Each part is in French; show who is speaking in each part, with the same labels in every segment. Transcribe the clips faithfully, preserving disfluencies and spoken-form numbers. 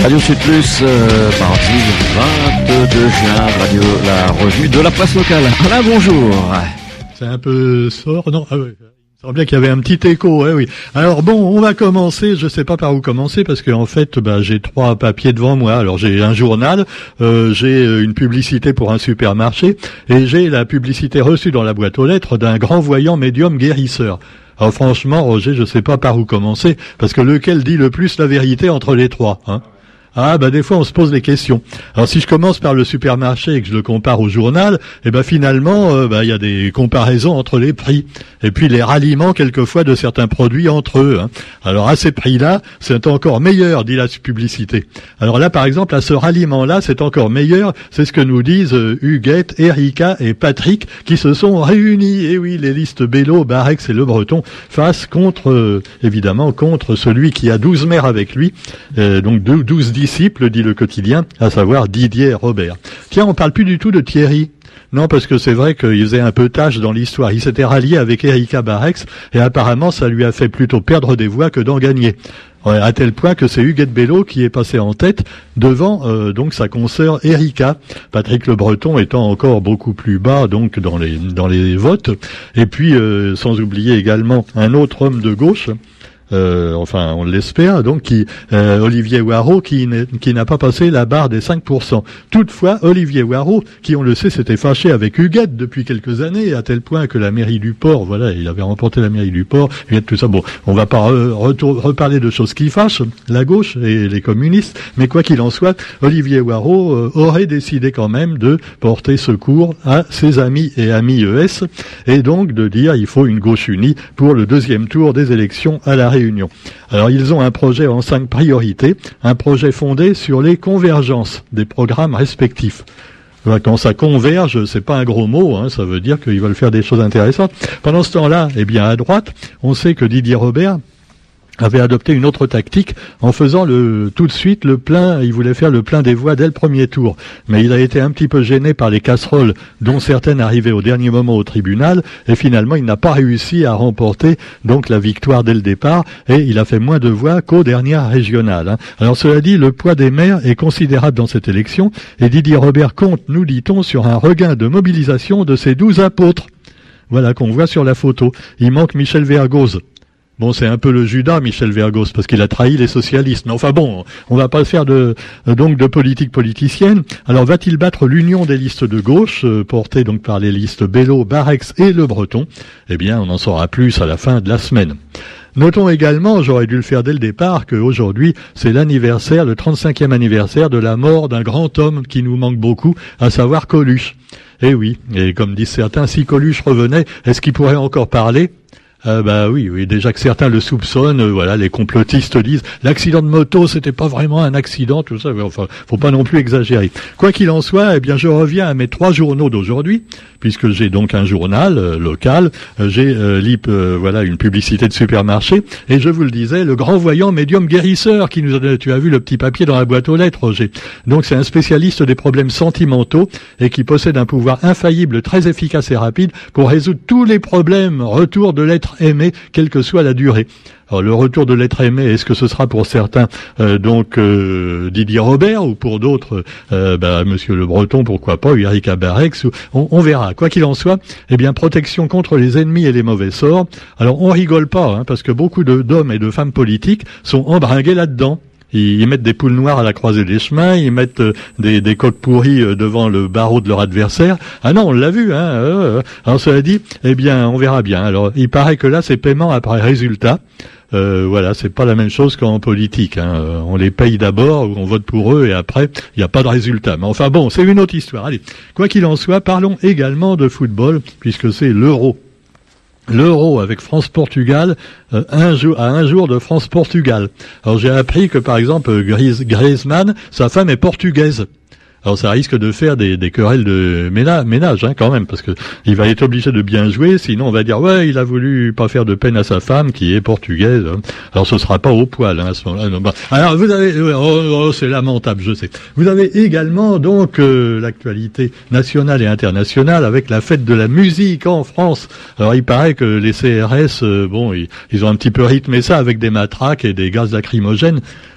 Speaker 1: Radio Sud Plus, euh, mardi vingt-deux juin, radio la revue de la presse locale. Alain, bonjour.
Speaker 2: C'est un peu sort, non? Ah oui. Il semblait qu'il y avait un petit écho, eh oui. Alors bon, on va commencer, je sais pas par où commencer, parce que en fait, bah, j'ai trois papiers devant moi. Alors j'ai un journal, euh, j'ai une publicité pour un supermarché, et j'ai la publicité reçue dans la boîte aux lettres d'un grand voyant médium guérisseur. Alors franchement, Roger, je sais pas par où commencer, parce que lequel dit le plus la vérité entre les trois, hein? Ah, bah, des fois, on se pose les questions. Alors, si je commence par le supermarché et que je le compare au journal, eh ben, finalement, euh, bah, il y a des comparaisons entre les prix. Et puis, les ralliements, quelquefois, de certains produits entre eux, hein. Alors, à ces prix-là, c'est encore meilleur, dit la publicité. Alors là, par exemple, à ce ralliement-là, c'est encore meilleur. C'est ce que nous disent euh, Huguette, Erika et Patrick, qui se sont réunis. Et oui, les listes Bello, Barex et Le Breton face contre, euh, évidemment, contre celui qui a douze maires avec lui. Euh, donc, douze disciple, dit le quotidien, à savoir Didier Robert. Tiens, on parle plus du tout de Thierry. Non, parce que c'est vrai qu'il faisait un peu tâche dans l'histoire. Il s'était rallié avec Erika Barex et apparemment ça lui a fait plutôt perdre des voix que d'en gagner. Ouais, à tel point que c'est Huguette Bello qui est passé en tête devant euh, donc sa consoeur Erika. Patrick Le Breton étant encore beaucoup plus bas donc dans les dans les votes. Et puis euh, sans oublier également un autre homme de gauche. Euh, enfin, on l'espère, donc qui euh, Olivier Waraud, qui, qui n'a pas passé la barre des cinq pour cent. Toutefois, Olivier Waraud, qui on le sait, s'était fâché avec Huguette depuis quelques années, à tel point que la mairie du Port, voilà, il avait remporté la mairie du Port, Huguette, tout ça. Bon, on va pas re- retour, reparler de choses qui fâchent, la gauche et les communistes, mais quoi qu'il en soit, Olivier Waraud euh, aurait décidé quand même de porter secours à ses amis et amis E S, et donc de dire il faut une gauche unie pour le deuxième tour des élections à la Réunion. Alors ils ont un projet en cinq priorités, un projet fondé sur les convergences des programmes respectifs. Quand ça converge, c'est pas un gros mot, hein, ça veut dire qu'ils veulent faire des choses intéressantes. Pendant ce temps-là, eh bien à droite, on sait que Didier Robert avait adopté une autre tactique en faisant le tout de suite le plein, il voulait faire le plein des voix dès le premier tour. Mais il a été un petit peu gêné par les casseroles dont certaines arrivaient au dernier moment au tribunal et finalement il n'a pas réussi à remporter donc la victoire dès le départ et il a fait moins de voix qu'aux dernières régionales, hein. Alors cela dit, le poids des maires est considérable dans cette élection et Didier Robert compte, nous dit-on, sur un regain de mobilisation de ses douze apôtres. Voilà qu'on voit sur la photo. Il manque Michel Vergoz. Bon, c'est un peu le Judas, Michel Vergoz, parce qu'il a trahi les socialistes. Mais enfin bon, on va pas faire de donc de politique politicienne. Alors, va-t-il battre l'union des listes de gauche, euh, portée donc par les listes Bello, Barex et Le Breton? Eh bien, on en saura plus à la fin de la semaine. Notons également, j'aurais dû le faire dès le départ, qu'aujourd'hui, c'est l'anniversaire, le trente-cinquième anniversaire de la mort d'un grand homme qui nous manque beaucoup, à savoir Coluche. Eh oui, et comme disent certains, si Coluche revenait, est-ce qu'il pourrait encore parler? Euh, bah oui, oui, déjà que certains le soupçonnent, euh, voilà, les complotistes disent l'accident de moto, c'était pas vraiment un accident, tout ça, mais enfin, faut pas non plus exagérer. Quoi qu'il en soit, eh bien, je reviens à mes trois journaux d'aujourd'hui, puisque j'ai donc un journal euh, local, euh, j'ai euh, l'I P, euh, voilà, une publicité de supermarché, et je vous le disais, le grand voyant médium guérisseur qui nous a, tu as vu le petit papier dans la boîte aux lettres, Roger. Donc c'est un spécialiste des problèmes sentimentaux et qui possède un pouvoir infaillible, très efficace et rapide pour résoudre tous les problèmes, retour de l'être aimé, quelle que soit la durée. Alors le retour de l'être aimé, est-ce que ce sera pour certains euh, donc euh, Didier Robert ou pour d'autres euh, bah, Monsieur Le Breton, pourquoi pas, Erika Barex, ou, on, on verra. Quoi qu'il en soit, eh bien protection contre les ennemis et les mauvais sorts. Alors on rigole pas, hein, parce que beaucoup de, d'hommes et de femmes politiques sont embringués là-dedans. Ils, ils mettent des poules noires à la croisée des chemins, ils mettent euh, des, des coqs pourris euh, devant le barreau de leur adversaire. Ah non, on l'a vu, hein. Euh, alors cela dit, eh bien, on verra bien. Alors, il paraît que là, c'est paiement après résultat. Euh, voilà, c'est pas la même chose qu'en politique, hein. Euh, on les paye d'abord, on vote pour eux et après, il n'y a pas de résultat. Mais enfin bon, c'est une autre histoire. Allez, quoi qu'il en soit, parlons également de football, puisque c'est l'Euro. L'Euro avec France-Portugal, euh, un jour, à un jour de France-Portugal. Alors j'ai appris que par exemple Griezmann, sa femme est portugaise. Alors ça risque de faire des, des querelles de ménage, ménage hein, quand même, parce que il va être obligé de bien jouer, sinon on va dire ouais, il a voulu pas faire de peine à sa femme qui est portugaise. Hein. Alors ce sera pas au poil hein, à ce moment-là. Non, bah. Alors vous avez, oh, oh, c'est lamentable, je sais. Vous avez également donc euh, l'actualité nationale et internationale avec la fête de la musique en France. Alors il paraît que les C R S, euh, bon, ils, ils ont un petit peu rythmé ça avec des matraques et des gaz lacrymogènes.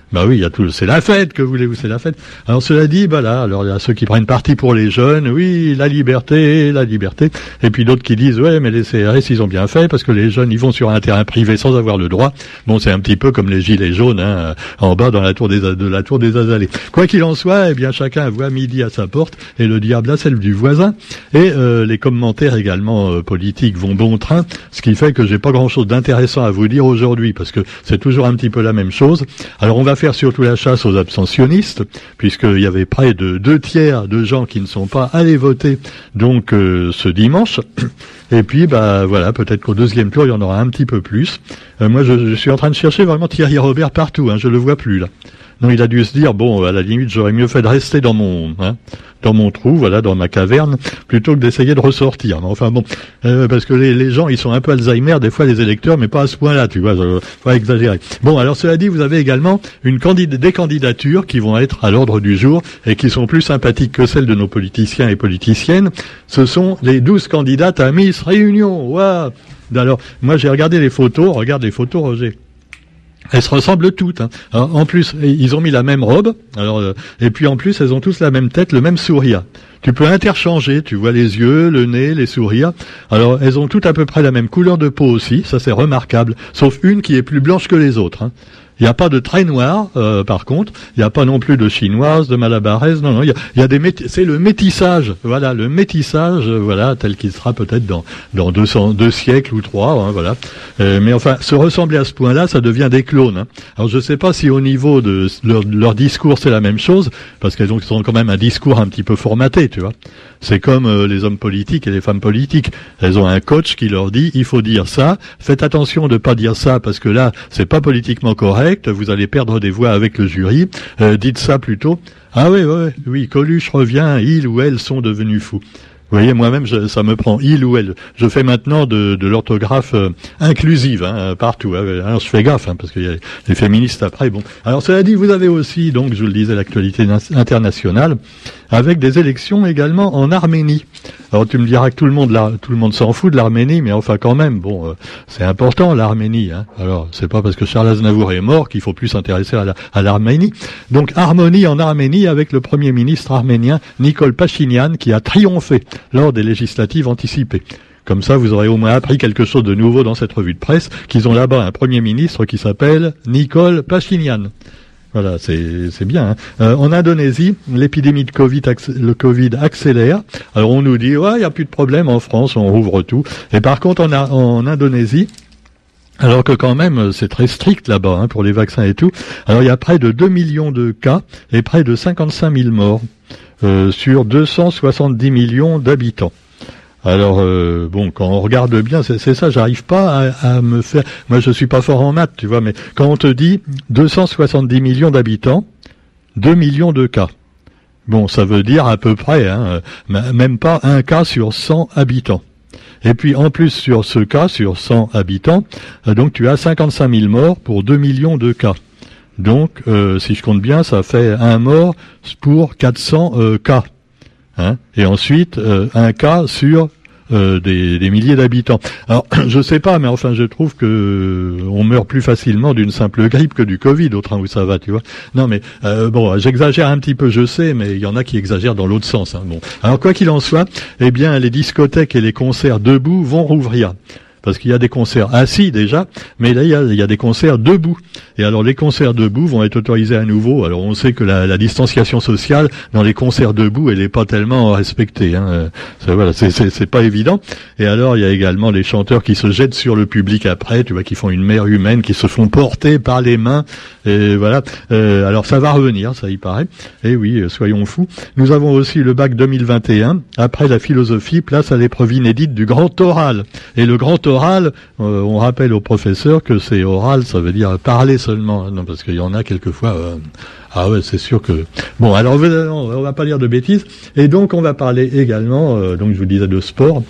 Speaker 2: Bah oui, il y a tout, c'est la fête, que voulez-vous, c'est la fête. Alors cela dit, bah là, alors il y a ceux qui prennent parti pour les jeunes, oui, la liberté, la liberté, et puis d'autres qui disent, ouais, mais les C R S, ils ont bien fait, parce que les jeunes, ils vont sur un terrain privé sans avoir le droit. Bon, c'est un petit peu comme les gilets jaunes, hein, en bas dans la tour des, de la tour des Azalées. Quoi qu'il en soit, eh bien, chacun voit midi à sa porte, et le diable à celle du voisin, et euh, les commentaires également euh, politiques vont bon train, ce qui fait que j'ai pas grand-chose d'intéressant à vous dire aujourd'hui, parce que c'est toujours un petit peu la même chose. Alors on va faire surtout la chasse aux abstentionnistes, puisqu'il y avait près de deux tiers de gens qui ne sont pas allés voter donc euh, ce dimanche. Et puis bah voilà, peut-être qu'au deuxième tour il y en aura un petit peu plus. Euh, moi je, je suis en train de chercher vraiment Thierry Robert partout, hein, je le vois plus là. Non, il a dû se dire, bon, à la limite, j'aurais mieux fait de rester dans mon, hein, dans mon trou, voilà, dans ma caverne, plutôt que d'essayer de ressortir. Mais enfin bon, euh, parce que les, les gens, ils sont un peu Alzheimer, des fois, les électeurs, mais pas à ce point-là, tu vois, euh, faut pas exagérer. Bon, alors cela dit, vous avez également une candid- des candidatures qui vont être à l'ordre du jour et qui sont plus sympathiques que celles de nos politiciens et politiciennes. Ce sont les douze candidates à Miss Réunion. Waouh! Alors, moi, j'ai regardé les photos, regarde les photos, Roger. Elles se ressemblent toutes. Hein. Alors, en plus, ils ont mis la même robe. Alors, euh, et puis en plus, elles ont tous la même tête, le même sourire. Tu peux interchanger. Tu vois les yeux, le nez, les sourires. Alors, elles ont toutes à peu près la même couleur de peau aussi. Ça, c'est remarquable. Sauf une qui est plus blanche que les autres. Hein. Il n'y a pas de trait noir, euh, par contre. Il n'y a pas non plus de chinoise, de malabaraise. Non, non. Il y a, il y a des métis- c'est le métissage. Voilà, le métissage, euh, voilà, tel qu'il sera peut-être dans dans deux cents, deux siècles ou trois. Hein, voilà. Euh, mais enfin, se ressembler à ce point-là, ça devient des clones. Hein. Alors, je ne sais pas si au niveau de leur, leur discours c'est la même chose, parce qu'elles ont, ont quand même un discours un petit peu formaté, tu vois. C'est comme euh, les hommes politiques et les femmes politiques. Elles ont un coach qui leur dit il faut dire ça. Faites attention de pas dire ça parce que là c'est pas politiquement correct. Vous allez perdre des voix avec le jury. Euh, dites ça plutôt. Ah oui, oui, oui. Coluche revient. Il ou elle sont devenus fous. Vous voyez, moi-même, je, ça me prend il ou elle. Je fais maintenant de, de l'orthographe euh, inclusive hein, partout. Hein. Alors, je fais gaffe hein, parce qu'il y a les féministes après. Bon, alors cela dit, vous avez aussi, donc, je vous le disais, l'actualité internationale avec des élections également en Arménie. Alors tu me diras que tout le monde, là, tout le monde s'en fout de l'Arménie, mais enfin quand même, bon, euh, c'est important l'Arménie. Hein. Alors c'est pas parce que Charles Aznavour est mort qu'il faut plus s'intéresser à, la, à l'Arménie. Donc harmonie en Arménie avec le premier ministre arménien Nikol Pachinian qui a triomphé lors des législatives anticipées. Comme ça, vous aurez au moins appris quelque chose de nouveau dans cette revue de presse, qu'ils ont là-bas un premier ministre qui s'appelle Nikol Pachinian. Voilà, c'est c'est bien. Hein. Euh, en Indonésie, l'épidémie de Covid, le Covid accélère. Alors on nous dit, ouais, il y a plus de problème en France, on rouvre tout. Et par contre, en, en Indonésie, alors que quand même, c'est très strict là-bas hein, pour les vaccins et tout. Alors il y a près de deux millions de cas et près de cinquante-cinq mille morts euh, sur deux cent soixante-dix millions d'habitants. Alors euh, bon, quand on regarde bien, c'est, c'est ça, j'arrive pas à, à me faire. Moi, je suis pas fort en maths, tu vois, mais quand on te dit deux cent soixante-dix millions d'habitants, deux millions de cas. Bon, ça veut dire à peu près, hein, même pas un cas sur cent habitants. Et puis en plus sur ce cas, sur cent habitants, donc tu as cinquante-cinq mille morts pour deux millions de cas. Donc, euh, si je compte bien, ça fait un mort pour quatre cents euh, cas. Hein, et ensuite euh, un cas sur euh, des, des milliers d'habitants. Alors je sais pas, mais enfin je trouve que euh, on meurt plus facilement d'une simple grippe que du Covid, au train où ça va, tu vois. Non mais euh, bon, j'exagère un petit peu, je sais, mais il y en a qui exagèrent dans l'autre sens. Hein, bon, alors quoi qu'il en soit, eh bien les discothèques et les concerts debout vont rouvrir. Parce qu'il y a des concerts assis déjà, mais là il y a, il y a des concerts debout. Et alors les concerts debout vont être autorisés à nouveau. Alors on sait que la, la distanciation sociale dans les concerts debout, elle n'est pas tellement respectée. Hein. C'est, voilà, c'est, c'est, c'est pas évident. Et alors il y a également les chanteurs qui se jettent sur le public après, tu vois, qui font une mer humaine, qui se font porter par les mains. Et voilà. Euh, alors ça va revenir, ça y paraît. Et oui, soyons fous. Nous avons aussi le bac deux mille vingt et un. Après la philosophie, place à l'épreuve inédite du grand oral. Et le grand oral, euh, on rappelle aux professeurs que c'est oral, ça veut dire parler seulement. Non, parce qu'il y en a quelquefois. Euh, ah ouais, c'est sûr que. Bon, alors on va pas dire de bêtises. Et donc on va parler également, euh, donc je vous disais de sport.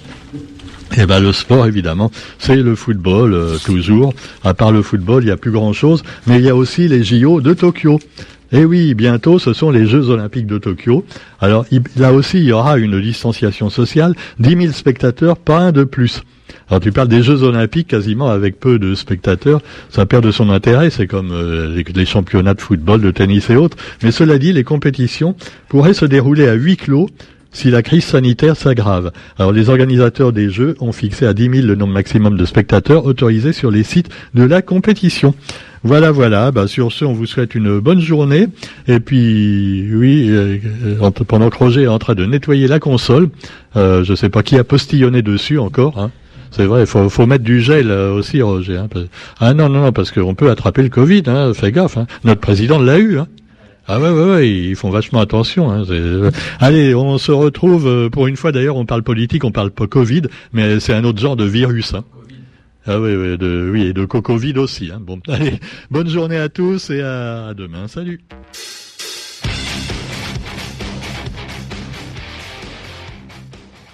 Speaker 2: Eh ben le sport évidemment, c'est le football euh, toujours. À part le football, il n'y a plus grand chose, mais il y a aussi les J O de Tokyo. Et oui, bientôt, ce sont les Jeux Olympiques de Tokyo. Alors il, là aussi, il y aura une distanciation sociale, dix mille spectateurs, pas un de plus. Alors tu parles des Jeux Olympiques quasiment avec peu de spectateurs, ça perd de son intérêt, c'est comme euh, les, les championnats de football, de tennis et autres. Mais cela dit, les compétitions pourraient se dérouler à huis clos si la crise sanitaire s'aggrave. Alors les organisateurs des Jeux ont fixé à dix mille le nombre maximum de spectateurs autorisés sur les sites de la compétition. Voilà, voilà. Bah, sur ce, on vous souhaite une bonne journée. Et puis, oui, euh, pendant que Roger est en train de nettoyer la console, euh, je sais pas qui a postillonné dessus encore. Hein. C'est vrai, il faut, faut mettre du gel euh, aussi, Roger. Hein. Ah non, non, non, parce qu'on peut attraper le Covid. Hein. Fais gaffe. Hein. Notre président l'a eu. Hein. Ah ouais, ouais, ouais, ils font vachement attention. Hein. Allez, on se retrouve pour une fois. D'ailleurs, on parle politique, on parle pas Covid, mais c'est un autre genre de virus. Hein. Ah oui, oui, de, oui, et de Cocovid aussi. Hein. Bon, allez, bonne journée à tous et à, à demain. Salut.